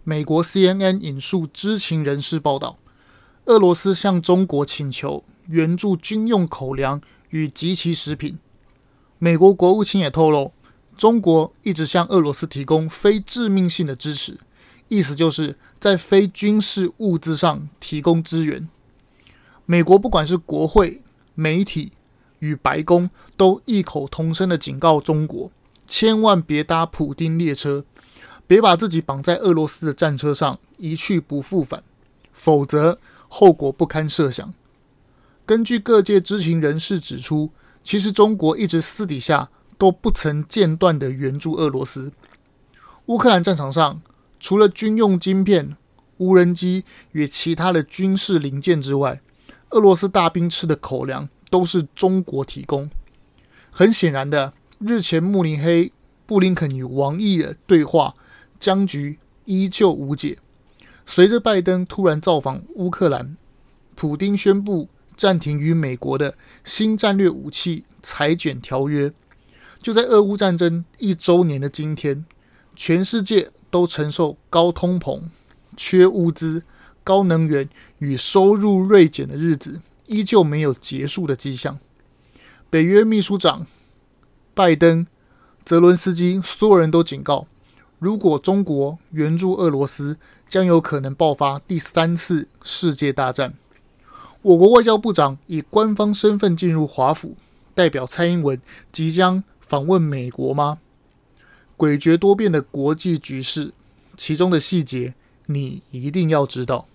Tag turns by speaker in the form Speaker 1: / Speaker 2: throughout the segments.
Speaker 1: 美国 CNN 引述知情人士报道，俄罗斯向中国请求援助军用口粮与即期食品。美国国务卿也透露，中国一直向俄罗斯提供非致命性的支持，意思就是在非军事物资上提供支援。美国不管是国会、媒体与白宫，都异口同声的警告中国，千万别搭普丁列车，别把自己绑在俄罗斯的战车上一去不复返，否则后果不堪设想。根据各界知情人士指出，其实中国一直私底下都不曾间断的援助俄罗斯。乌克兰战场上，除了军用晶片、无人机与其他的军事零件之外，俄罗斯大兵吃的口粮都是中国提供。很显然的，日前慕尼黑布林肯与王毅的对话僵局依旧无解。随着拜登突然造访乌克兰，普丁宣布暂停与美国的新战略武器裁减条约。就在俄乌战争1周年的今天，全世界都承受高通膨、缺物资、高能源与收入锐减的日子，依旧没有结束的迹象。北约秘书长拜登、泽伦斯基所有人都警告，如果中国援助俄罗斯，将有可能爆发第3次世界大战。我国外交部长以官方身份进入华府，代表蔡英文即将访问美国吗？诡谲多变的国际局势，其中的细节你一定要知道。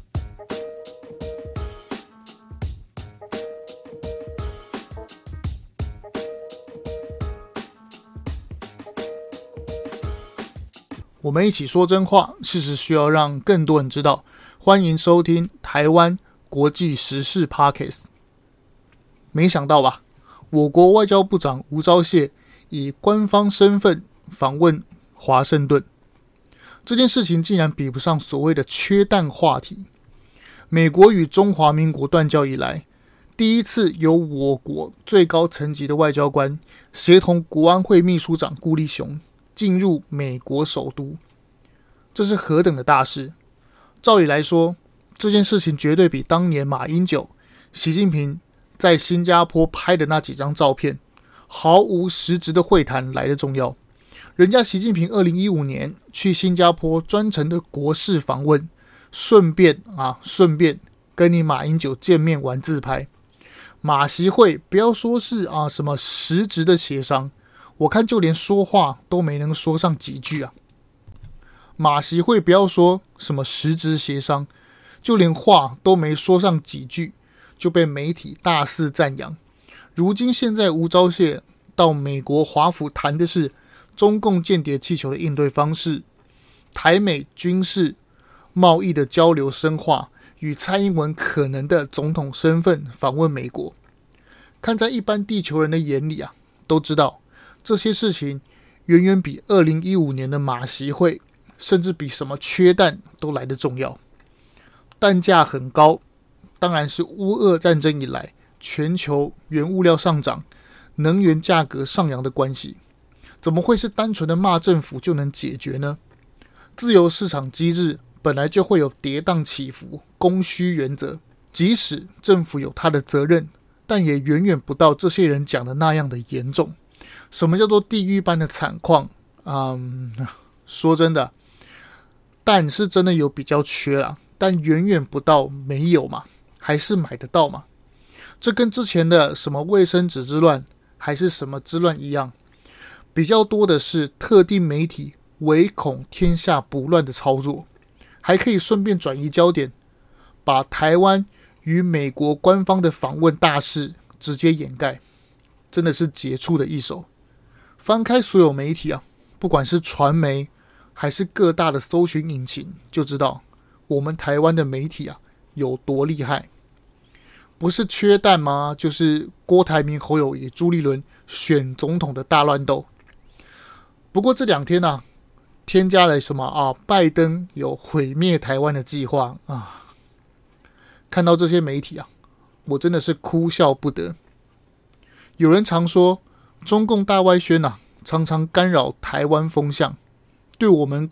Speaker 1: 我们一起说真话，事实需要让更多人知道。欢迎收听台湾国际时事 Podcast。 没想到吧，我国外交部长吴钊燮以官方身份访问华盛顿，这件事情竟然比不上所谓的缺蛋话题。美国与中华民国断交以来，第一次由我国最高层级的外交官协同国安会秘书长顾立雄进入美国首都，这是何等的大事！照理来说，这件事情绝对比当年马英九、习近平在新加坡拍的那几张照片毫无实质的会谈来得重要。人家习近平2015年去新加坡专程的国事访问，顺便跟你马英九见面玩自拍。马习会不要说是什么实质的协商，我看就连说话都没能说上几句啊。马习会不要说什么实质协商，就连话都没说上几句，就被媒体大肆赞扬。如今现在吴钊燮到美国华府谈的是中共间谍气球的应对方式，台美军事贸易的交流深化，与蔡英文可能的总统身份访问美国。看在一般地球人的眼里都知道这些事情远远比2015年的马习会，甚至比什么缺蛋都来得重要。蛋价很高，当然是乌俄战争以来全球原物料上涨、能源价格上扬的关系。怎么会是单纯的骂政府就能解决呢？自由市场机制本来就会有跌宕起伏、供需原则，即使政府有他的责任，但也远远不到这些人讲的那样的严重。什么叫做地狱般的惨况？说真的，蛋是真的有比较缺啦，但远远不到没有嘛，还是买得到嘛。这跟之前的什么卫生纸之乱还是什么之乱一样，比较多的是特定媒体唯恐天下不乱的操作，还可以顺便转移焦点，把台湾与美国官方的访问大事直接掩盖，真的是杰出的一手。翻开所有媒体不管是传媒还是各大的搜寻引擎，就知道我们台湾的媒体有多厉害。不是缺蛋吗？就是郭台铭、侯友宜、朱立伦选总统的大乱斗。不过这2天添加了什么拜登有毁灭台湾的计划看到这些媒体我真的是哭笑不得。有人常说中共大外宣常常干扰台湾风向，对我们搞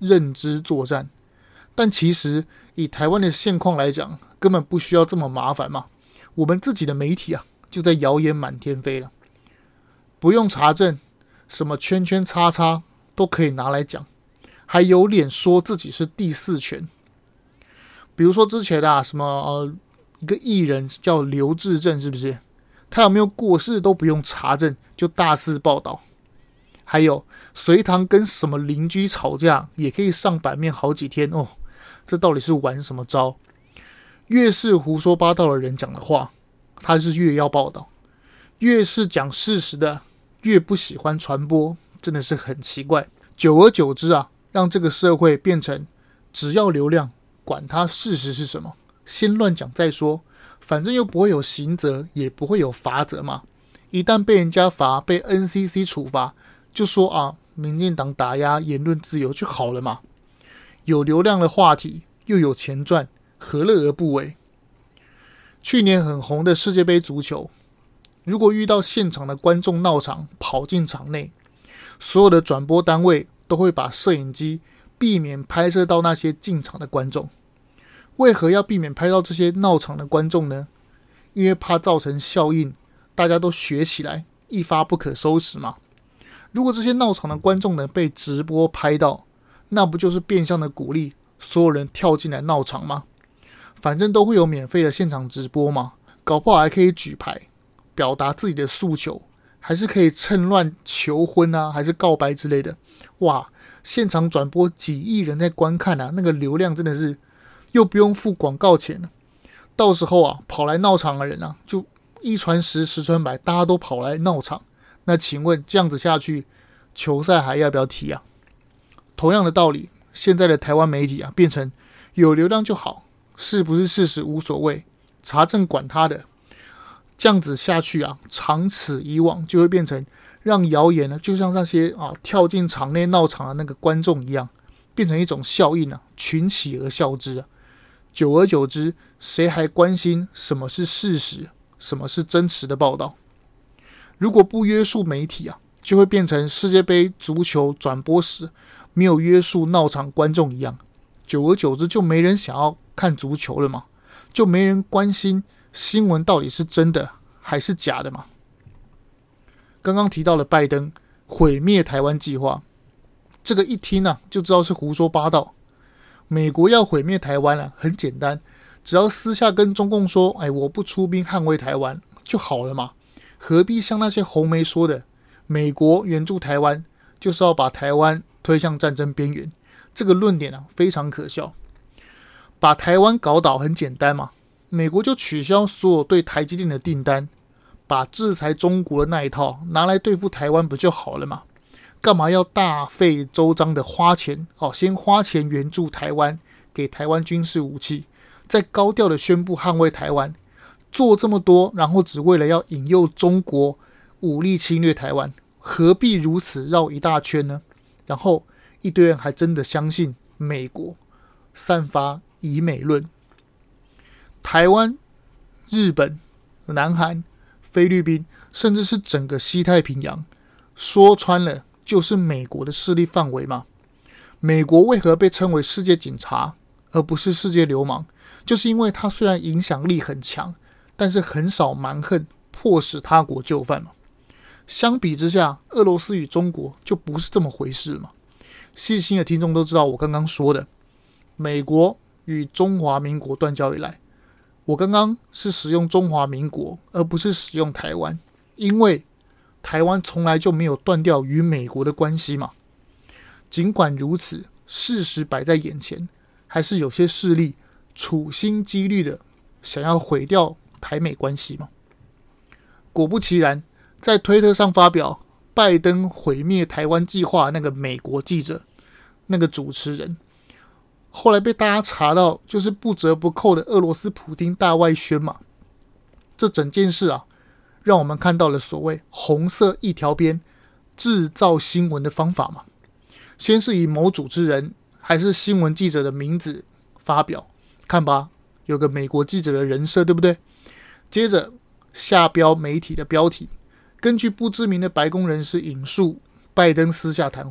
Speaker 1: 认知作战。但其实以台湾的现况来讲，根本不需要这么麻烦嘛。我们自己的媒体就在谣言满天飞了，不用查证，什么圈圈叉叉都可以拿来讲，还有脸说自己是第四权。比如说之前的什么一个艺人叫刘志正，是不是？他有没有过世都不用查证就大肆报道。还有隋唐跟什么邻居吵架也可以上版面好几天哦，这到底是玩什么招？越是胡说八道的人讲的话，他是越要报道；越是讲事实的，越不喜欢传播，真的是很奇怪。久而久之让这个社会变成只要流量，管他事实是什么，先乱讲再说，反正又不会有刑责，也不会有罚则嘛。一旦被人家罚，被 NCC 处罚，就说民进党打压言论自由就好了嘛。有流量的话题，又有钱赚，何乐而不为？去年很红的世界杯足球，如果遇到现场的观众闹场跑进场内，所有的转播单位都会把摄影机避免拍摄到那些进场的观众。为何要避免拍到这些闹场的观众呢？因为怕造成效应，大家都学起来，一发不可收拾嘛。如果这些闹场的观众被直播拍到，那不就是变相的鼓励所有人跳进来闹场吗？反正都会有免费的现场直播嘛，搞不好还可以举牌表达自己的诉求，还是可以趁乱求婚还是告白之类的。哇，现场转播几亿人在观看那个流量真的是又不用付广告钱了。到时候跑来闹场的人就一传十，十传百，大家都跑来闹场。那请问这样子下去，球赛还要不要踢同样的道理，现在的台湾媒体变成有流量就好，是不是事实无所谓，查证管他的。这样子下去长此以往，就会变成让谣言就像那些跳进场内闹场的那个观众一样，变成一种效应群起而效之久而久之，谁还关心什么是事实，什么是真实的报道？如果不约束媒体就会变成世界杯足球转播时没有约束闹场观众一样，久而久之就没人想要看足球了嘛，就没人关心新闻到底是真的还是假的嘛。刚刚提到了拜登毁灭台湾计划，这个一听就知道是胡说八道。美国要毁灭台湾很简单，只要私下跟中共说我不出兵捍卫台湾就好了嘛，何必像那些红媒说的美国援助台湾就是要把台湾推向战争边缘？这个论点非常可笑。把台湾搞倒很简单嘛，美国就取消所有对台积电的订单，把制裁中国的那一套拿来对付台湾不就好了嘛？干嘛要大费周章的花钱先花钱援助台湾，给台湾军事武器，再高调的宣布捍卫台湾，做这么多，然后只为了要引诱中国武力侵略台湾，何必如此绕一大圈呢？然后一堆人还真的相信美国，散发以美论。台湾、日本、南韩、菲律宾，甚至是整个西太平洋，说穿了就是美国的势力范围嘛。美国为何被称为世界警察而不是世界流氓？就是因为它虽然影响力很强，但是很少蛮横迫使他国就范嘛。相比之下，俄罗斯与中国就不是这么回事嘛。细心的听众都知道我刚刚说的，美国与中华民国断交以来，我刚刚是使用中华民国而不是使用台湾，因为台湾从来就没有断掉与美国的关系嘛。尽管如此，事实摆在眼前，还是有些势力处心积虑的想要毁掉台美关系嘛。果不其然，在推特上发表拜登毁灭台湾计划那个美国记者，那个主持人，后来被大家查到就是不折不扣的俄罗斯普丁大外宣嘛。这整件事让我们看到了所谓红色一条边制造新闻的方法嘛。先是以某主持人还是新闻记者的名字发表，看吧，有个美国记者的人设，对不对？接着下标媒体的标题，根据不知名的白宫人士引述拜登私下谈话，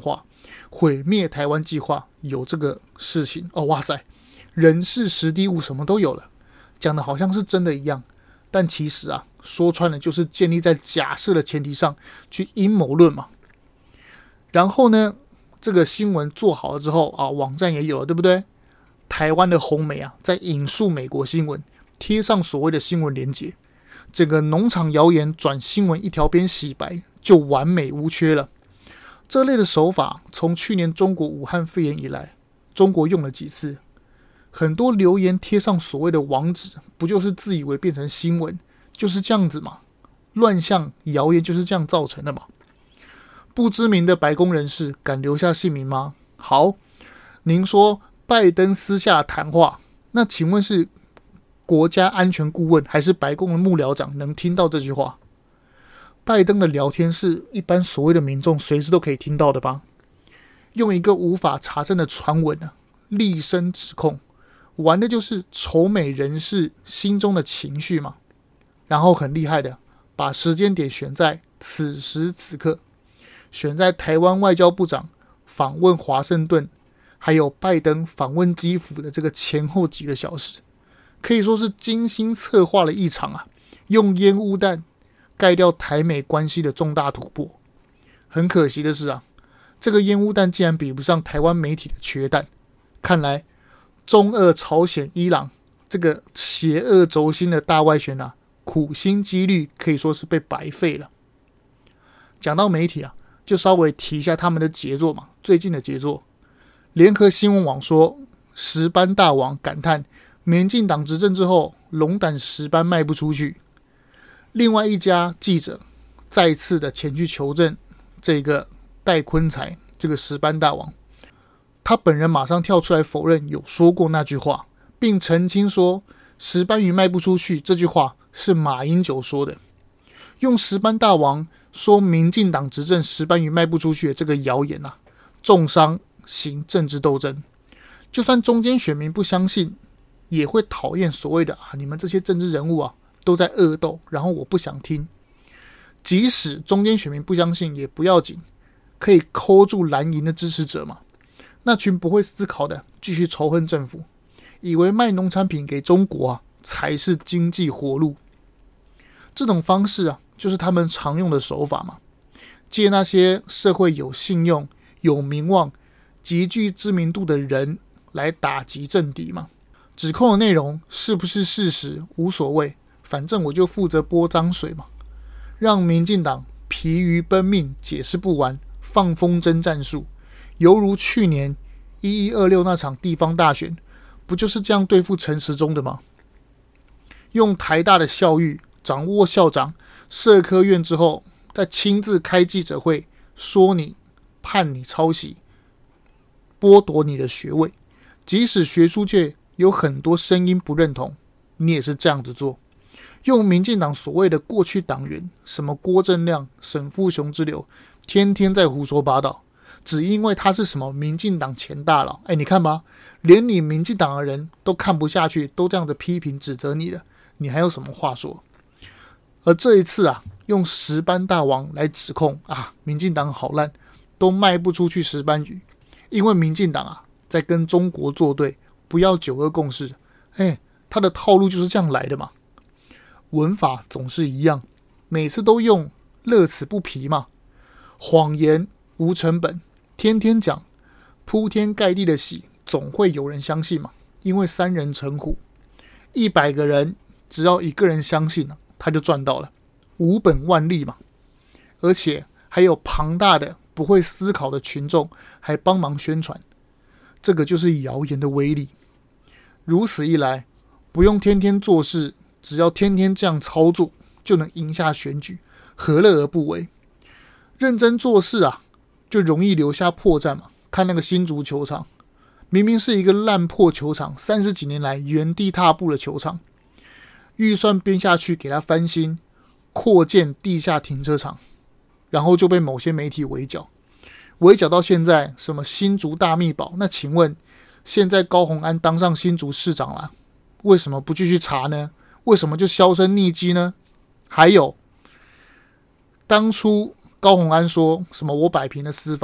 Speaker 1: 毁灭台湾计划有这个事情哦，哇塞，人事时地物什么都有了，讲的好像是真的一样，但其实啊，说穿了就是建立在假设的前提上去阴谋论嘛。然后呢，这个新闻做好了之后啊，网站也有了，对不对？台湾的红媒啊，在引述美国新闻，贴上所谓的新闻连结，整个农场谣言转新闻一条边洗白，就完美无缺了。这类的手法，从去年中国武汉肺炎以来，中国用了几次？很多留言贴上所谓的网址，不就是自以为变成新闻，就是这样子嘛？乱象谣言就是这样造成的嘛？不知名的白宫人士敢留下姓名吗？好，您说拜登私下谈话，那请问是国家安全顾问还是白宫的幕僚长能听到这句话？拜登的聊天是一般所谓的民众随时都可以听到的吧？用一个无法查证的传闻啊，厉声指控，玩的就是仇美人士心中的情绪嘛。然后很厉害的，把时间点选在此时此刻，选在台湾外交部长访问华盛顿，还有拜登访问基辅的这个前后几个小时，可以说是精心策划了一场啊，用烟雾弹盖掉台美关系的重大突破。很可惜的是啊，这个烟雾弹竟然比不上台湾媒体的缺弹。看来中俄、朝鲜、伊朗这个邪恶轴心的大外宣啊，苦心积虑可以说是被白费了。讲到媒体啊，就稍微提一下他们的杰作嘛。最近的杰作，联合新闻网说，石斑大王感叹民进党执政之后，龙胆石斑卖不出去。另外一家记者再次的前去求证这个戴坤才这个石斑大王，他本人马上跳出来否认有说过那句话，并澄清说石斑鱼卖不出去这句话是马英九说的。用石斑大王说民进党执政石斑鱼卖不出去的这个谣言啊，重伤行政治斗争。就算中间选民不相信，也会讨厌所谓的你们这些政治人物啊都在恶斗，然后我不想听。即使中间选民不相信也不要紧，可以扣住蓝营的支持者嘛。那群不会思考的继续仇恨政府，以为卖农产品给中国啊才是经济活路。这种方式啊，就是他们常用的手法嘛，借那些社会有信用、有名望、极具知名度的人来打击政敌嘛。指控的内容是不是事实无所谓，反正我就负责泼脏水嘛，让民进党疲于奔命，解释不完，放风筝战术，犹如去年1126那场地方大选，不就是这样对付陈时中的吗？用台大的校誉掌握校长、社科院之后，再亲自开记者会说你判你抄袭，剥夺你的学位，即使学术界有很多声音不认同，你也是这样子做。用民进党所谓的过去党员，什么郭正亮、沈富雄之流，天天在胡说八道，只因为他是什么民进党前大佬。你看吧，连你民进党的人都看不下去，都这样子批评指责你了，你还有什么话说？而这一次啊，用石斑大王来指控民进党好烂，都卖不出去石斑鱼，因为民进党啊在跟中国作对，不要9·2共识。他的套路就是这样来的嘛。文法总是一样，每次都用乐此不疲嘛。谎言无成本，天天讲，铺天盖地的洗，总会有人相信嘛。因为3人成虎，100个人只要1个人相信他就赚到了，5本万利嘛。而且还有庞大的不会思考的群众还帮忙宣传，这个就是谣言的威力。如此一来，不用天天做事，只要天天这样操作，就能赢下选举，何乐而不为？认真做事啊，就容易留下破绽嘛。看那个新竹球场，明明是一个烂破球场，30几年来原地踏步的球场，预算编下去给他翻新，扩建地下停车场，然后就被某些媒体围剿到现在，什么新竹大秘宝，那请问现在高虹安当上新竹市长了，为什么不继续查呢？为什么就销声匿迹呢？还有当初高虹安说什么我摆平了司法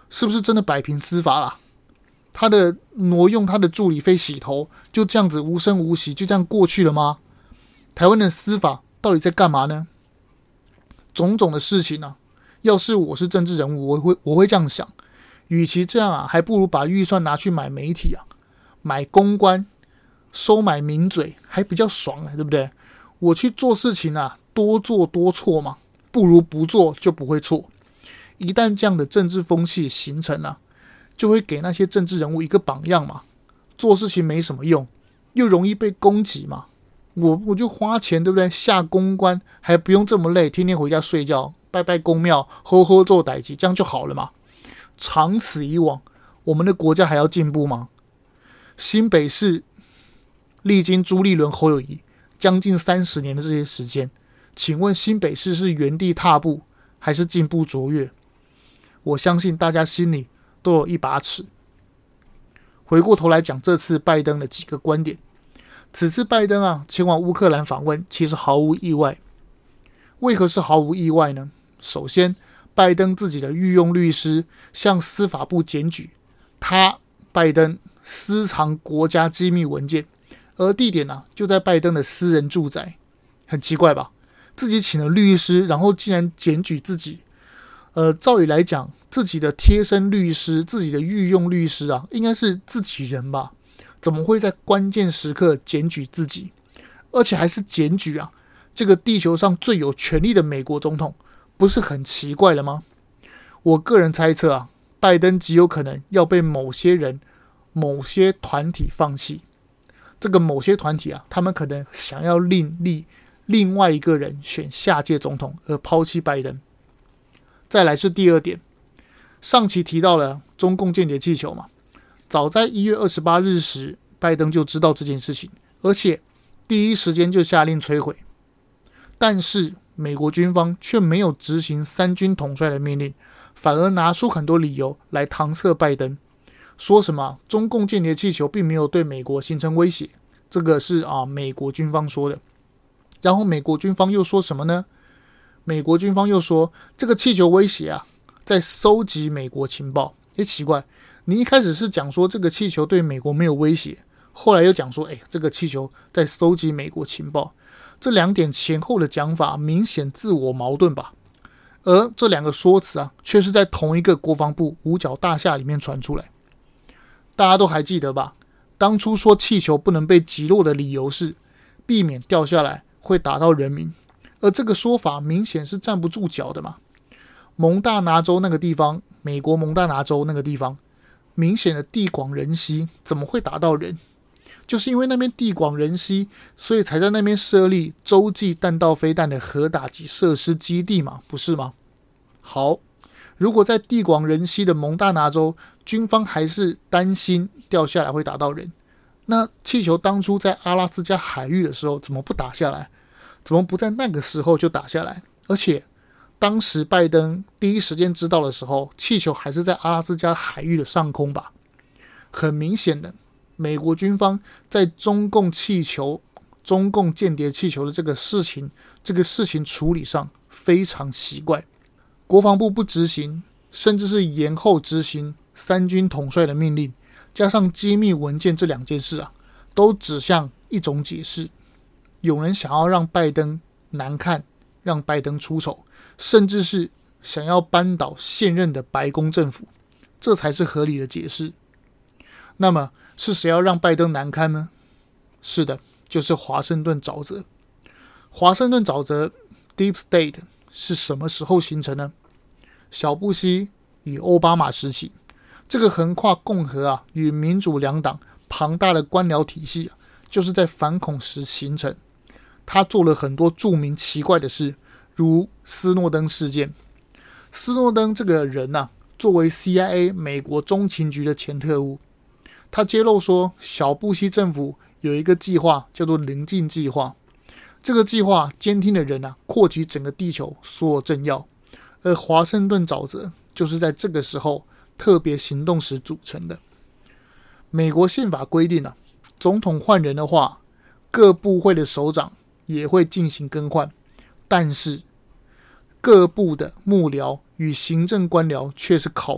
Speaker 1: 是不是真的摆平司法啦？他的挪用他的助理费洗头，就这样子无声无息就这样过去了吗？台湾的司法到底在干嘛呢？种种的事情啊，要是我是政治人物，我会这样想，与其这样啊，还不如把预算拿去买媒体啊，买公关，收买名嘴，还比较爽啊，对不对？我去做事情啊，多做多错嘛，不如不做就不会错。一旦这样的政治风气形成啊，就会给那些政治人物一个榜样嘛。做事情没什么用，又容易被攻击嘛。我就花钱，对不对？下公关还不用这么累，天天回家睡觉，拜拜公庙，呵呵做代志，这样就好了嘛。长此以往，我们的国家还要进步吗？新北市历经朱立伦、侯友宜将近30年的这些时间，请问新北市是原地踏步，还是进步卓越？我相信大家心里都有一把尺。回过头来讲这次拜登的几个观点，此次拜登啊前往乌克兰访问，其实毫无意外。为何是毫无意外呢？首先，拜登自己的御用律师向司法部检举，拜登私藏国家机密文件，而地点啊就在拜登的私人住宅，很奇怪吧？自己请了律师，然后竟然检举自己。照理来讲，自己的贴身律师、自己的御用律师啊，应该是自己人吧？怎么会在关键时刻检举自己？而且还是检举啊！这个地球上最有权力的美国总统，不是很奇怪了吗？我个人猜测啊，拜登极有可能要被某些人、某些团体放弃。这个某些团体啊，他们可能想要另外一个人选下届总统，而抛弃拜登。再来是第二点，上期提到了中共间谍气球嘛，早在1月28日时，拜登就知道这件事情，而且第一时间就下令摧毁。但是美国军方却没有执行三军统帅的命令，反而拿出很多理由来搪塞拜登，说什么中共间谍气球并没有对美国形成威胁，这个是美国军方说的。然后美国军方又说什么呢？美国军方又说这个气球威胁啊，在收集美国情报。奇怪，你一开始是讲说这个气球对美国没有威胁，后来又讲说这个气球在收集美国情报，这两点前后的讲法明显自我矛盾吧？而这两个说辞啊，却是在同一个国防部五角大厦里面传出来。大家都还记得吧？当初说气球不能被击落的理由是避免掉下来会打到人民，而这个说法明显是站不住脚的嘛。蒙大拿州那个地方，美国蒙大拿州那个地方，明显的地广人稀，怎么会打到人？就是因为那边地广人稀，所以才在那边设立洲际弹道飞弹的核打击设施基地嘛，不是吗？好，如果在地广人稀的蒙大拿州，军方还是担心掉下来会打到人，那气球当初在阿拉斯加海域的时候，怎么不打下来？怎么不在那个时候就打下来？而且当时拜登第一时间知道的时候，气球还是在阿拉斯加海域的上空吧？很明显的，美国军方在中共间谍气球的这个事情处理上非常奇怪。国防部不执行，甚至是延后执行三军统帅的命令，加上机密文件这两件事啊，都指向一种解释：有人想要让拜登难看，让拜登出丑，甚至是想要扳倒现任的白宫政府，这才是合理的解释。那么是谁要让拜登难堪呢？是的，就是华盛顿沼泽。华盛顿沼泽 Deep State 是什么时候形成呢？小布希与奥巴马时期，这个横跨共和与民主两党庞大的官僚体系就是在反恐时形成。他做了很多著名奇怪的事，如斯诺登事件。斯诺登这个人作为 CIA 美国中情局的前特务，他揭露说小布希政府有一个计划叫做棱镜计划，这个计划监听的人扩及整个地球所有政要，而华盛顿沼泽就是在这个时候特别行动时组成的。美国宪法规定总统换人的话，各部会的首长也会进行更换，但是各部的幕僚与行政官僚却是考试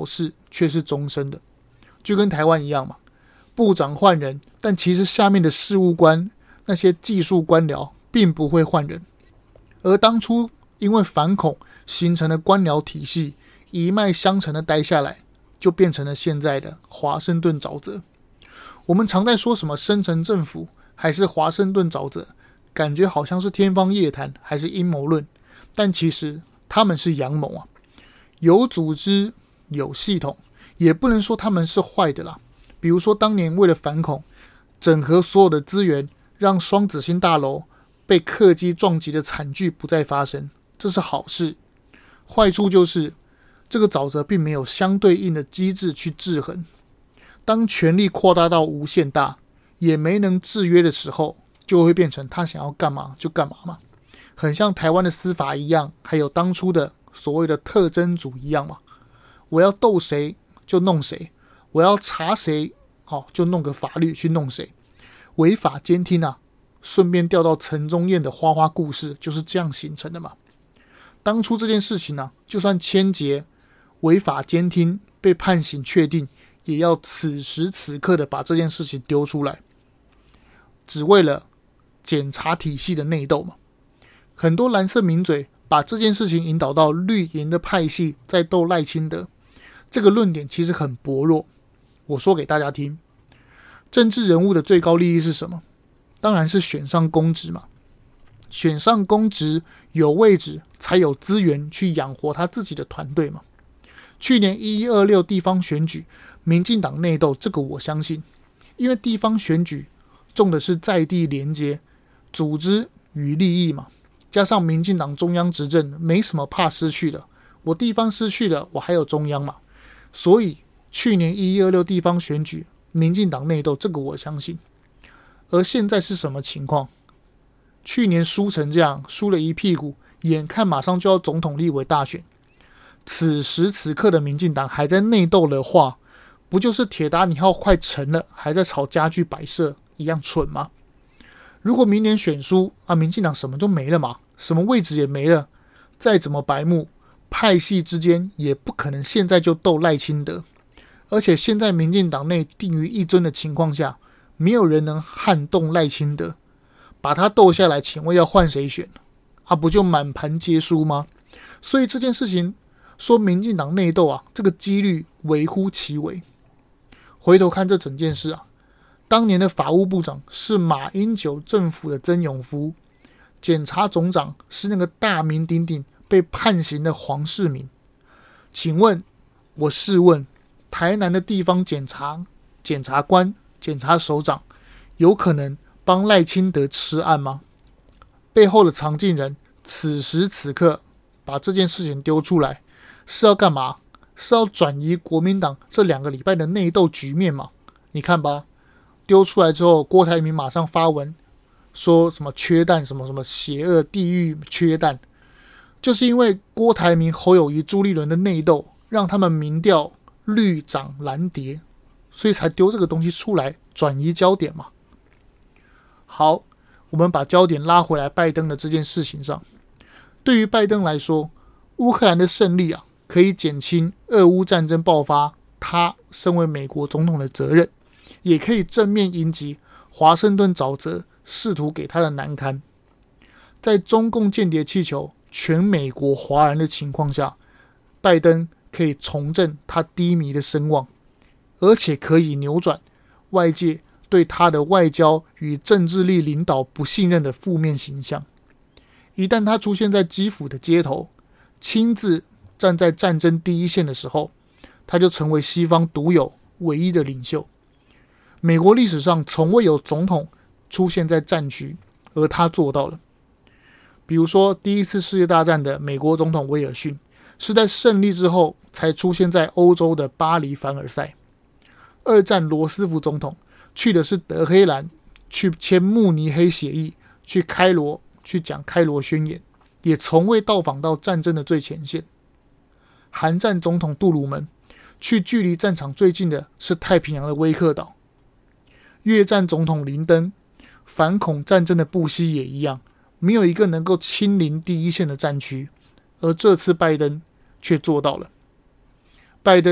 Speaker 1: 却是终身的，就跟台湾一样嘛，部长换人，但其实下面的事务官那些技术官僚并不会换人，而当初因为反恐形成的官僚体系一脉相承的待下来，就变成了现在的华盛顿沼泽。我们常在说什么深层政府还是华盛顿沼泽，感觉好像是天方夜谭还是阴谋论，但其实他们是阳谋啊，有组织有系统，也不能说他们是坏的啦。比如说当年为了反恐，整合所有的资源，让双子星大楼被客机撞击的惨剧不再发生，这是好事。坏处就是这个沼泽并没有相对应的机制去制衡，当权力扩大到无限大，也没能制约的时候，就会变成他想要干嘛就干嘛嘛，很像台湾的司法一样，还有当初的所谓的特侦组一样嘛。我要斗谁就弄谁，我要查谁，就弄个法律去弄谁。违法监听啊，顺便调到陈宗彦的花花故事就是这样形成的嘛。当初这件事情啊，就算千劫违法监听被判刑确定，也要此时此刻的把这件事情丢出来，只为了检察体系的内斗嘛。很多蓝色名嘴把这件事情引导到绿营的派系在斗赖清德，这个论点其实很薄弱。我说给大家听，政治人物的最高利益是什么？当然是选上公职嘛。选上公职有位置才有资源去养活他自己的团队嘛。去年1126地方选举，民进党内斗，这个我相信，因为地方选举重的是在地连接、组织与利益嘛，加上民进党中央执政，没什么怕失去的，我地方失去了，我还有中央嘛，所以去年1126地方选举，民进党内斗，这个我相信。而现在是什么情况？去年输成这样，输了一屁股，眼看马上就要总统立委大选，此时此刻的民进党还在内斗的话，不就是铁达尼号快沉了，还在炒家具摆设一样蠢吗？如果明年选输啊，民进党什么都没了嘛，什么位置也没了，再怎么白目，派系之间也不可能现在就斗赖清德。而且现在民进党内定于一尊的情况下，没有人能撼动赖清德，把他斗下来，请问要换谁选啊？不就满盘皆输吗？所以这件事情说民进党内斗啊，这个几率微乎其微。回头看这整件事啊，当年的法务部长是马英九政府的曾永福，检察总长是那个大名鼎鼎被判刑的黄世明。请问，我试问，台南的地方检察官、检察首长有可能帮赖清德吃案吗？背后的藏镜人此时此刻把这件事情丢出来，是要干嘛？是要转移国民党这2个礼拜的内斗局面嘛？你看吧，丢出来之后，郭台铭马上发文说什么缺蛋，什么什么邪恶地狱缺蛋，就是因为郭台铭、侯友宜、朱立伦的内斗，让他们民调绿涨蓝跌，所以才丢这个东西出来转移焦点嘛。好，我们把焦点拉回来拜登的这件事情上。对于拜登来说，乌克兰的胜利啊，可以减轻俄乌战争爆发他身为美国总统的责任，也可以正面迎击华盛顿沼泽试图给他的难堪。在中共间谍气球全美国哗然的情况下，拜登可以重振他低迷的声望，而且可以扭转外界对他的外交与政治力领导不信任的负面形象。一旦他出现在基辅的街头，亲自站在战争第一线的时候，他就成为西方独有唯一的领袖。美国历史上从未有总统出现在战区，而他做到了。比如说第一次世界大战的美国总统威尔逊，是在胜利之后才出现在欧洲的巴黎凡尔赛。二战罗斯福总统去的是德黑兰，去签慕尼黑协议，去开罗去讲开罗宣言，也从未到访到战争的最前线。韩战总统杜鲁门去距离战场最近的是太平洋的威克岛。越战总统林登反恐战争的布希也一样，没有一个能够亲临第一线的战区，而这次拜登却做到了。拜登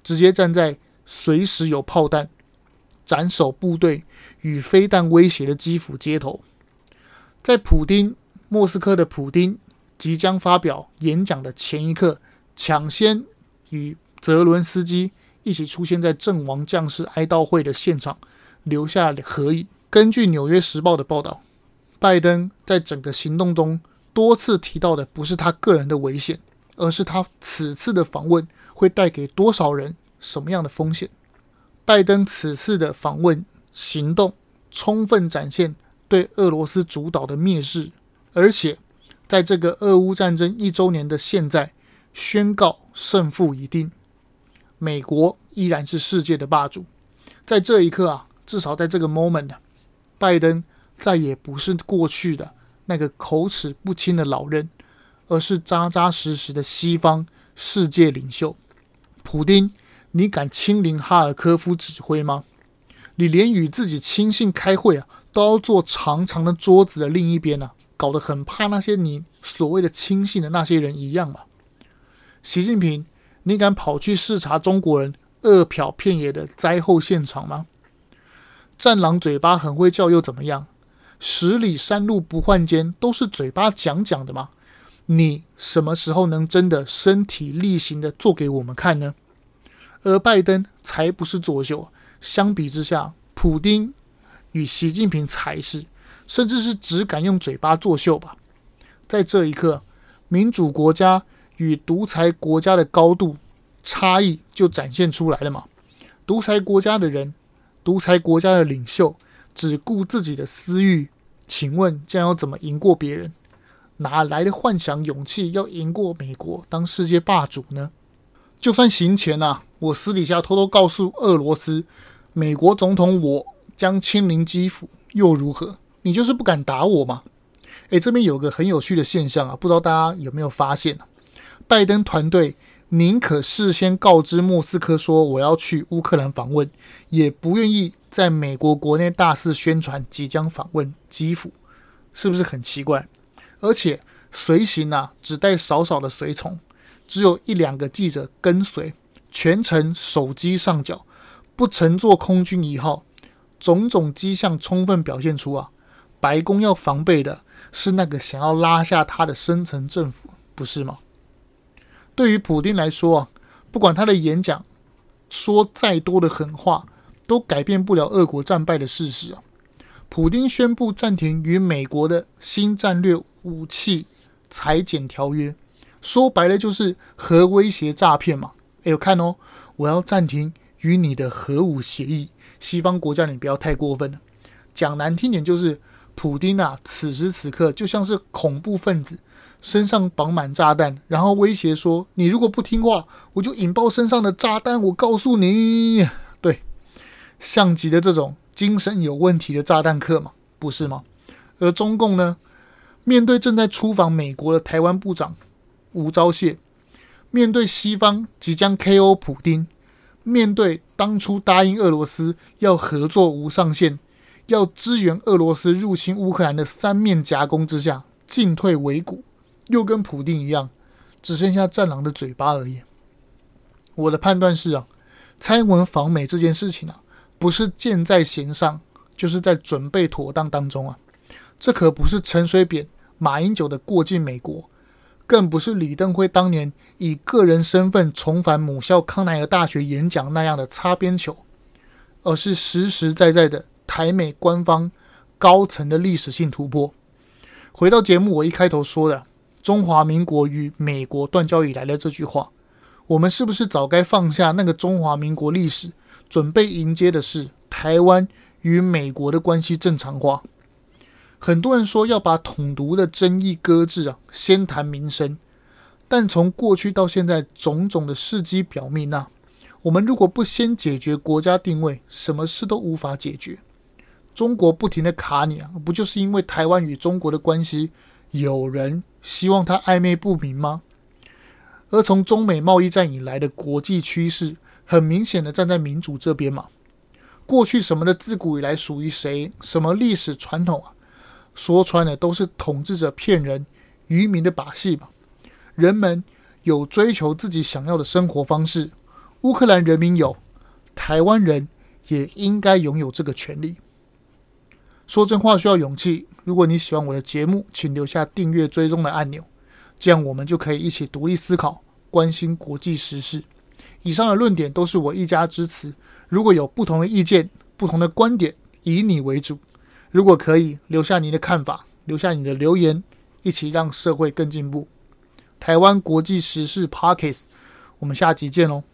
Speaker 1: 直接站在随时有炮弹、斩首部队与飞弹威胁的基辅街头。在莫斯科的普丁即将发表演讲的前一刻，抢先与泽伦斯基一起出现在阵亡将士哀悼会的现场，留下合影。根据《纽约时报》的报道，拜登在整个行动中多次提到的不是他个人的危险，而是他此次的访问会带给多少人什么样的风险。拜登此次的访问行动充分展现对俄罗斯主导的蔑视，而且在这个俄乌战争1周年的现在，宣告胜负已定，美国依然是世界的霸主。在这一刻至少在这个 moment， 拜登再也不是过去的那个口齿不清的老任，而是扎扎实实的西方世界领袖。普丁，你敢亲临哈尔科夫指挥吗？你连与自己亲信开会都要坐长长的桌子的另一边搞得很怕那些你所谓的亲信的那些人一样嘛。习近平，你敢跑去视察中国人饿殍遍野的灾后现场吗？战狼嘴巴很会叫又怎么样？10里山路不换肩，都是嘴巴讲的嘛。你什么时候能真的身体力行的做给我们看呢？而拜登才不是作秀，相比之下，普丁与习近平才是，甚至是只敢用嘴巴作秀吧。在这一刻，民主国家与独裁国家的高度差异就展现出来了嘛。独裁国家的人，独裁国家的领袖只顾自己的私欲，请问这样要怎么赢过别人？哪来的幻想勇气要赢过美国当世界霸主呢？就算行前我私底下偷偷告诉俄罗斯，美国总统我将亲临基辅又如何？你就是不敢打我嘛。这边有个很有趣的现象不知道大家有没有发现拜登团队宁可事先告知莫斯科说我要去乌克兰访问，也不愿意在美国国内大肆宣传即将访问基辅，是不是很奇怪？而且随行只带少少的随从，只有1-2个记者跟随，全程手机上缴，不乘坐空军1号，种种迹象充分表现出白宫要防备的是那个想要拉下他的深层政府，不是吗？对于普丁来说不管他的演讲说再多的狠话，都改变不了俄国战败的事实普丁宣布暂停与美国的新战略武器裁减条约，说白了就是核威胁诈骗嘛。有看我要暂停与你的核武协议，西方国家你不要太过分了。讲难听点就是普丁此时此刻就像是恐怖分子，身上绑满炸弹，然后威胁说你如果不听话，我就引爆身上的炸弹，我告诉你。对，像极的这种精神有问题的炸弹客嘛，不是吗？而中共呢，面对正在出访美国的台湾部长吴钊燮，面对西方即将 KO 普丁，面对当初答应俄罗斯要合作无上限，要支援俄罗斯入侵乌克兰的3面夹攻之下，进退维谷，又跟普丁一样，只剩下战狼的嘴巴而已。我的判断是蔡英文访美这件事情不是箭在弦上，就是在准备妥当当中这可不是陈水扁、马英九的过境美国，更不是李登辉当年以个人身份重返母校康奈尔大学演讲那样的擦边球，而是实实在在的台美官方高层的历史性突破。回到节目我一开头说的中华民国与美国断交以来的这句话，我们是不是早该放下那个中华民国历史，准备迎接的是台湾与美国的关系正常化？很多人说要把统独的争议搁置先谈民生，但从过去到现在种种的事迹表明我们如果不先解决国家定位，什么事都无法解决。中国不停的卡你不就是因为台湾与中国的关系有人希望它暧昧不明吗？而从中美贸易战以来的国际趋势，很明显的站在民主这边嘛。过去什么的自古以来属于谁，什么历史传统说穿了都是统治者骗人愚民的把戏嘛。人们有追求自己想要的生活方式， 乌克兰人民有，台湾人也应该拥有这个权利。说真话需要勇气，如果你喜欢我的节目，请留下订阅追踪的按钮，这样我们就可以一起独立思考，关心国际时事。以上的论点都是我一家之词，如果有不同的意见、不同的观点，以你为主。如果可以，留下你的看法，留下你的留言，一起让社会更进步。台湾国际时事 Podcast， 我们下集见喽。